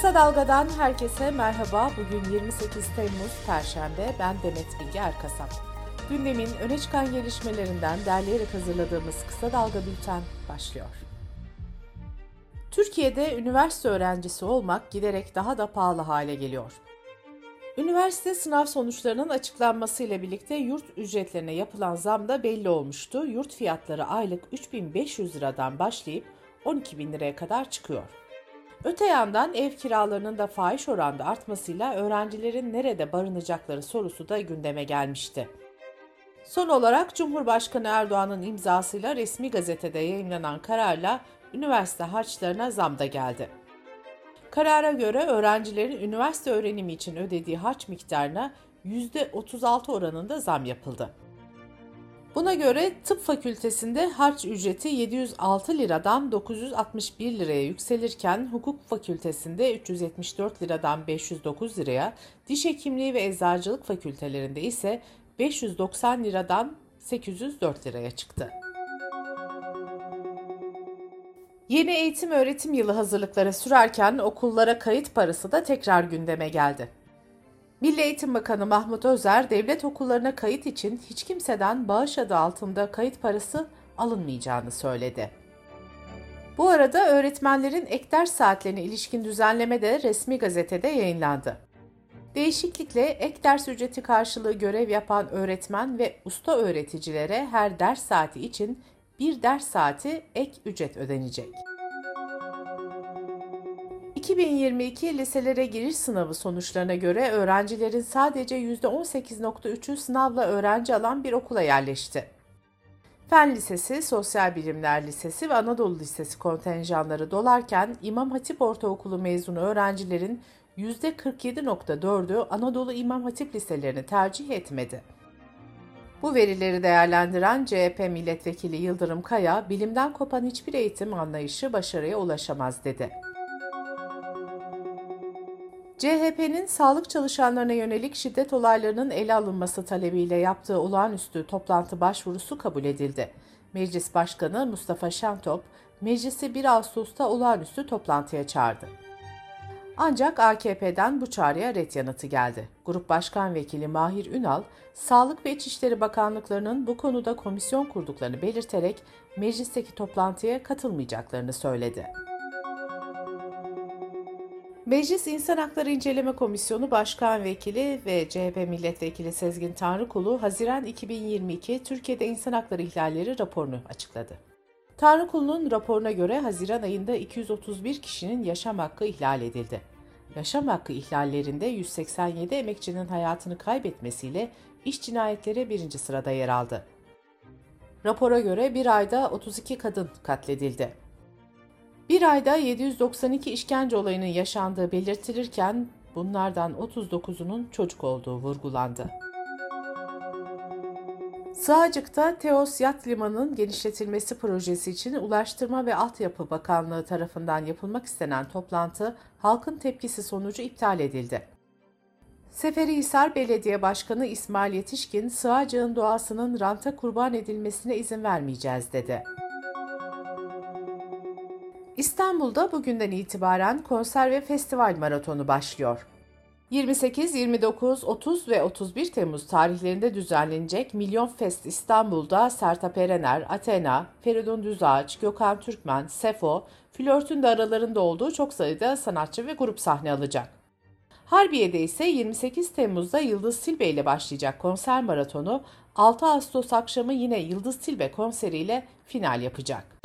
Kısa Dalga'dan herkese merhaba. Bugün 28 Temmuz Perşembe. Ben Demet Bilge Erkasap. Gündemin öne çıkan gelişmelerinden derleyerek hazırladığımız Kısa Dalga Bülten başlıyor. Türkiye'de üniversite öğrencisi olmak giderek daha da pahalı hale geliyor. Üniversite sınav sonuçlarının açıklanmasıyla birlikte yurt ücretlerine yapılan zam da belli olmuştu. Yurt fiyatları aylık 3.500 liradan başlayıp 12.000 liraya kadar çıkıyor. Öte yandan ev kiralarının da fahiş oranda artmasıyla öğrencilerin nerede barınacakları sorusu da gündeme gelmişti. Son olarak Cumhurbaşkanı Erdoğan'ın imzasıyla resmi gazetede yayımlanan kararla üniversite harçlarına zam da geldi. Karara göre öğrencilerin üniversite öğrenimi için ödediği harç miktarına %36 oranında zam yapıldı. Buna göre tıp fakültesinde harç ücreti 706 liradan 961 liraya yükselirken hukuk fakültesinde 374 liradan 509 liraya, diş hekimliği ve eczacılık fakültelerinde ise 590 liradan 804 liraya çıktı. Yeni eğitim öğretim yılı hazırlıkları sürerken okullara kayıt parası da tekrar gündeme geldi. Milli Eğitim Bakanı Mahmut Özer, devlet okullarına kayıt için hiç kimseden bağış adı altında kayıt parası alınmayacağını söyledi. Bu arada öğretmenlerin ek ders saatlerine ilişkin düzenleme de resmi gazetede yayınlandı. Değişiklikle ek ders ücreti karşılığı görev yapan öğretmen ve usta öğreticilere her ders saati için bir ders saati ek ücret ödenecek. 2022 liselere giriş sınavı sonuçlarına göre öğrencilerin sadece %18.3'ü sınavla öğrenci alan bir okula yerleşti. Fen Lisesi, Sosyal Bilimler Lisesi ve Anadolu Lisesi kontenjanları dolarken İmam Hatip Ortaokulu mezunu öğrencilerin %47.4'ü Anadolu İmam Hatip liselerini tercih etmedi. Bu verileri değerlendiren CHP Milletvekili Yıldırım Kaya, bilimden kopan hiçbir eğitim anlayışı başarıya ulaşamaz dedi. CHP'nin sağlık çalışanlarına yönelik şiddet olaylarının ele alınması talebiyle yaptığı olağanüstü toplantı başvurusu kabul edildi. Meclis Başkanı Mustafa Şentop, meclisi 1 Ağustos'ta olağanüstü toplantıya çağırdı. Ancak AKP'den bu çağrıya ret yanıtı geldi. Grup Başkan Vekili Mahir Ünal, Sağlık ve İçişleri Bakanlıklarının bu konuda komisyon kurduklarını belirterek meclisteki toplantıya katılmayacaklarını söyledi. Meclis İnsan Hakları İnceleme Komisyonu Başkan Vekili ve CHP Milletvekili Sezgin Tanrıkulu, Haziran 2022 Türkiye'de İnsan Hakları İhlalleri raporunu açıkladı. Tanrıkulu'nun raporuna göre Haziran ayında 231 kişinin yaşam hakkı ihlal edildi. Yaşam hakkı ihlallerinde 187 emekçinin hayatını kaybetmesiyle iş cinayetleri 1. sırada yer aldı. Rapora göre bir ayda 32 kadın katledildi. Bir ayda 792 işkence olayının yaşandığı belirtilirken bunlardan 39'unun çocuk olduğu vurgulandı. Sığacık'ta Teos Yat Limanı'nın genişletilmesi projesi için Ulaştırma ve Altyapı Bakanlığı tarafından yapılmak istenen toplantı halkın tepkisi sonucu iptal edildi. Seferihisar Belediye Başkanı İsmail Yetişkin, Sığacık'ın doğasının ranta kurban edilmesine izin vermeyeceğiz dedi. İstanbul'da bugünden itibaren konser ve festival maratonu başlıyor. 28, 29, 30 ve 31 Temmuz tarihlerinde düzenlenecek Milyon Fest İstanbul'da Sertab Erener, Athena, Feridun Düzağaç, Gökhan Türkmen, Sefo, Flört'ün de aralarında olduğu çok sayıda sanatçı ve grup sahne alacak. Harbiye'de ise 28 Temmuz'da Yıldız Tilbe ile başlayacak konser maratonu 6 Ağustos akşamı yine Yıldız Tilbe konseriyle final yapacak.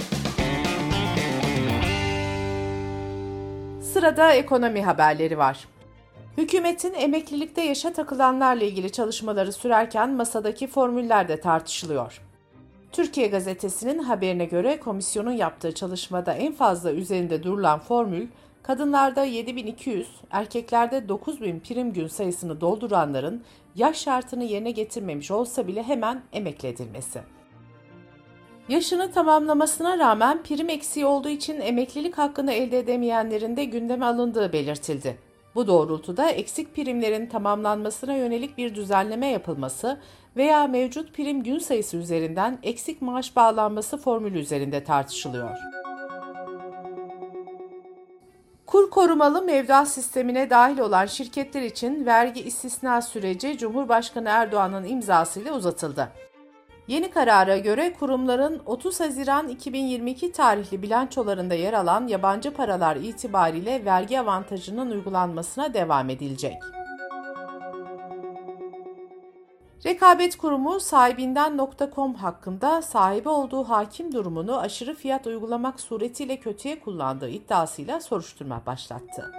Sırada ekonomi haberleri var. Hükümetin emeklilikte yaşa takılanlarla ilgili çalışmaları sürerken masadaki formüller de tartışılıyor. Türkiye Gazetesi'nin haberine göre komisyonun yaptığı çalışmada en fazla üzerinde durulan formül, kadınlarda 7.200, erkeklerde 9.000 prim gün sayısını dolduranların yaş şartını yerine getirmemiş olsa bile hemen emekli edilmesi. Yaşını tamamlamasına rağmen prim eksiği olduğu için emeklilik hakkını elde edemeyenlerin de gündeme alındığı belirtildi. Bu doğrultuda eksik primlerin tamamlanmasına yönelik bir düzenleme yapılması veya mevcut prim gün sayısı üzerinden eksik maaş bağlanması formülü üzerinde tartışılıyor. Kur korumalı mevduat sistemine dahil olan şirketler için vergi istisna süreci Cumhurbaşkanı Erdoğan'ın imzasıyla uzatıldı. Yeni karara göre kurumların 30 Haziran 2022 tarihli bilançolarında yer alan yabancı paralar itibariyle vergi avantajının uygulanmasına devam edilecek. Rekabet Kurumu sahibinden.com hakkında sahibi olduğu hakim durumunu aşırı fiyat uygulamak suretiyle kötüye kullandığı iddiasıyla soruşturma başlattı.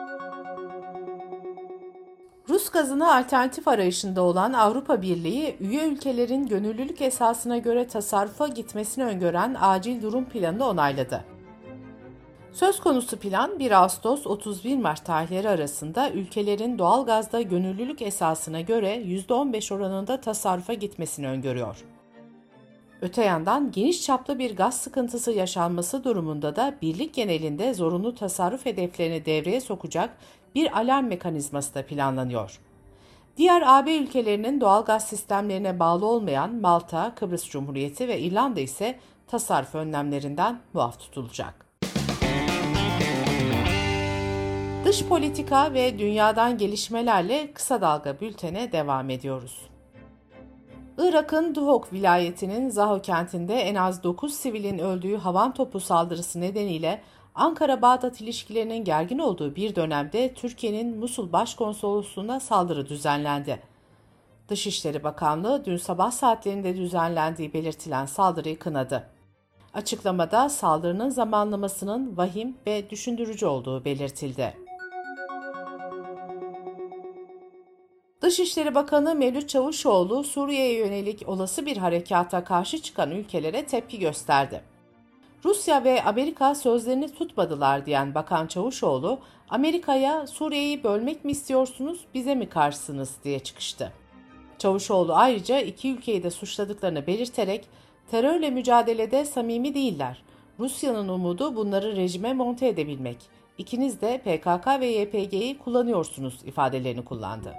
Rus gazına alternatif arayışında olan Avrupa Birliği, üye ülkelerin gönüllülük esasına göre tasarrufa gitmesini öngören acil durum planını onayladı. Söz konusu plan 1 Ağustos-31 Mart tarihleri arasında ülkelerin doğalgazda gönüllülük esasına göre %15 oranında tasarrufa gitmesini öngörüyor. Öte yandan geniş çaplı bir gaz sıkıntısı yaşanması durumunda da birlik genelinde zorunlu tasarruf hedeflerini devreye sokacak bir alarm mekanizması da planlanıyor. Diğer AB ülkelerinin doğalgaz sistemlerine bağlı olmayan Malta, Kıbrıs Cumhuriyeti ve İrlanda ise tasarruf önlemlerinden muaf tutulacak. Dış politika ve dünyadan gelişmelerle kısa dalga bültene devam ediyoruz. Irak'ın Duhok vilayetinin Zaho kentinde en az 9 sivilin öldüğü havan topu saldırısı nedeniyle Ankara-Bağdat ilişkilerinin gergin olduğu bir dönemde Türkiye'nin Musul Başkonsolosluğu'na saldırı düzenlendi. Dışişleri Bakanlığı dün sabah saatlerinde düzenlendiği belirtilen saldırıyı kınadı. Açıklamada saldırının zamanlamasının vahim ve düşündürücü olduğu belirtildi. Dışişleri Bakanı Mevlüt Çavuşoğlu, Suriye'ye yönelik olası bir harekata karşı çıkan ülkelere tepki gösterdi. Rusya ve Amerika sözlerini tutmadılar diyen Bakan Çavuşoğlu, Amerika'ya Suriye'yi bölmek mi istiyorsunuz, bize mi karşısınız diye çıkıştı. Çavuşoğlu ayrıca iki ülkeyi de suçladıklarını belirterek, terörle mücadelede samimi değiller. Rusya'nın umudu bunları rejime monte edebilmek. İkiniz de PKK ve YPG'yi kullanıyorsunuz ifadelerini kullandı.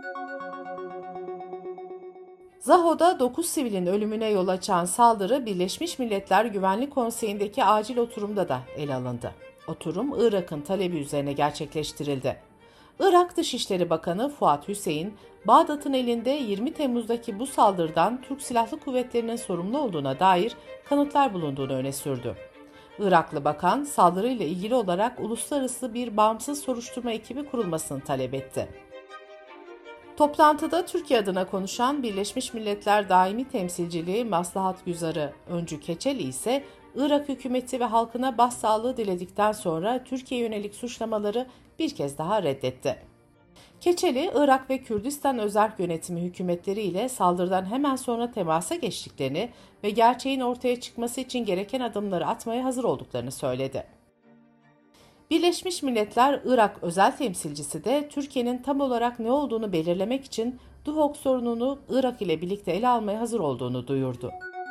Zaho'da 9 sivilin ölümüne yol açan saldırı Birleşmiş Milletler Güvenlik Konseyi'ndeki acil oturumda da ele alındı. Oturum Irak'ın talebi üzerine gerçekleştirildi. Irak Dışişleri Bakanı Fuat Hüseyin, Bağdat'ın elinde 20 Temmuz'daki bu saldırıdan Türk Silahlı Kuvvetleri'nin sorumlu olduğuna dair kanıtlar bulunduğunu öne sürdü. Iraklı bakan saldırıyla ilgili olarak uluslararası bir bağımsız soruşturma ekibi kurulmasını talep etti. Toplantıda Türkiye adına konuşan Birleşmiş Milletler Daimi Temsilciliği Maslahat Güzarı Öncü Keçeli ise Irak hükümeti ve halkına başsağlığı diledikten sonra Türkiye'ye yönelik suçlamaları bir kez daha reddetti. Keçeli, Irak ve Kürdistan Özerk Yönetimi hükümetleri ile saldırıdan hemen sonra temasa geçtiklerini ve gerçeğin ortaya çıkması için gereken adımları atmaya hazır olduklarını söyledi. Birleşmiş Milletler Irak özel temsilcisi de Türkiye'nin tam olarak ne olduğunu belirlemek için Duhok sorununu Irak ile birlikte ele almaya hazır olduğunu duyurdu.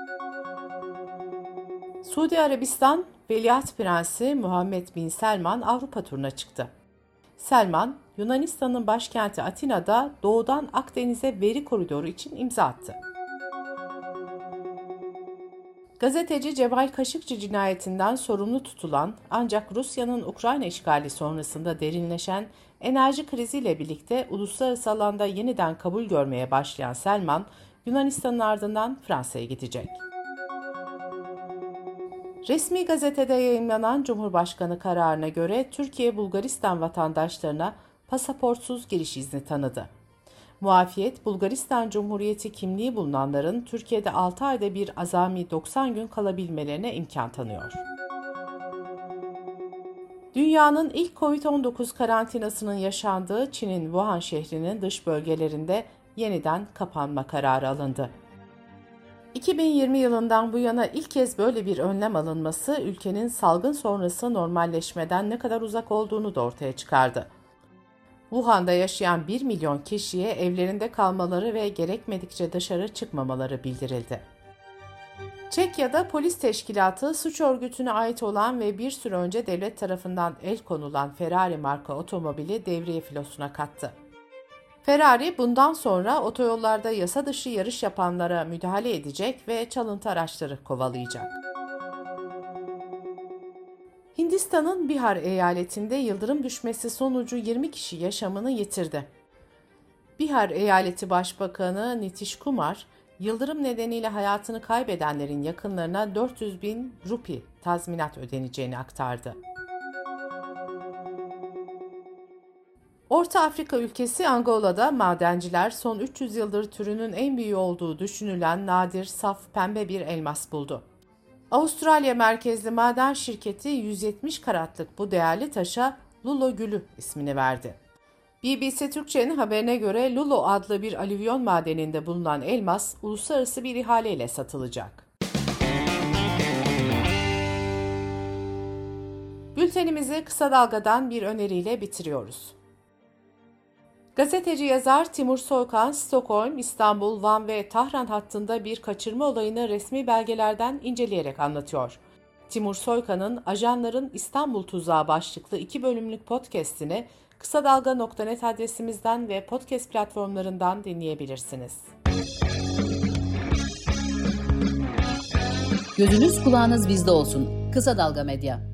Suudi Arabistan Veliaht Prensi Muhammed Bin Selman Avrupa turuna çıktı. Selman, Yunanistan'ın başkenti Atina'da doğudan Akdeniz'e veri koridoru için imza attı. Gazeteci Cemal Kaşıkçı cinayetinden sorumlu tutulan ancak Rusya'nın Ukrayna işgali sonrasında derinleşen enerji kriziyle birlikte uluslararası alanda yeniden kabul görmeye başlayan Selman, Yunanistan'ın ardından Fransa'ya gidecek. Resmi gazetede yayımlanan Cumhurbaşkanı kararına göre Türkiye, Bulgaristan vatandaşlarına pasaportsuz giriş izni tanıdı. Muafiyet, Bulgaristan Cumhuriyeti kimliği bulunanların Türkiye'de 6 ayda bir azami 90 gün kalabilmelerine imkan tanıyor. Dünyanın ilk Covid-19 karantinasının yaşandığı Çin'in Wuhan şehrinin dış bölgelerinde yeniden kapanma kararı alındı. 2020 yılından bu yana ilk kez böyle bir önlem alınması ülkenin salgın sonrası normalleşmeden ne kadar uzak olduğunu da ortaya çıkardı. Wuhan'da yaşayan 1 milyon kişiye evlerinde kalmaları ve gerekmedikçe dışarı çıkmamaları bildirildi. Çekya'da polis teşkilatı suç örgütüne ait olan ve bir süre önce devlet tarafından el konulan Ferrari marka otomobili devriye filosuna kattı. Ferrari bundan sonra otoyollarda yasa dışı yarış yapanlara müdahale edecek ve çalıntı araçları kovalayacak. Hindistan'ın Bihar eyaletinde yıldırım düşmesi sonucu 20 kişi yaşamını yitirdi. Bihar Eyaleti Başbakanı Nitish Kumar, yıldırım nedeniyle hayatını kaybedenlerin yakınlarına 400.000 rupi tazminat ödeneceğini aktardı. Orta Afrika ülkesi Angola'da madenciler son 300 yıldır türünün en büyüğü olduğu düşünülen nadir saf pembe bir elmas buldu. Avustralya merkezli maden şirketi 170 karatlık bu değerli taşa Lulo Gülü ismini verdi. BBC Türkçe'nin haberine göre Lulo adlı bir alüvyon madeninde bulunan elmas uluslararası bir ihaleyle satılacak. Bültenimizi kısa dalgadan bir öneriyle bitiriyoruz. Gazeteci yazar Timur Soykan, Stockholm, İstanbul, Van ve Tahran hattında bir kaçırma olayını resmi belgelerden inceleyerek anlatıyor. Timur Soykan'ın Ajanların İstanbul Tuzağı başlıklı 2 bölümlük podcast'ini kısadalga.net adresimizden ve podcast platformlarından dinleyebilirsiniz. Gözünüz kulağınız bizde olsun. Kısa Dalga Medya.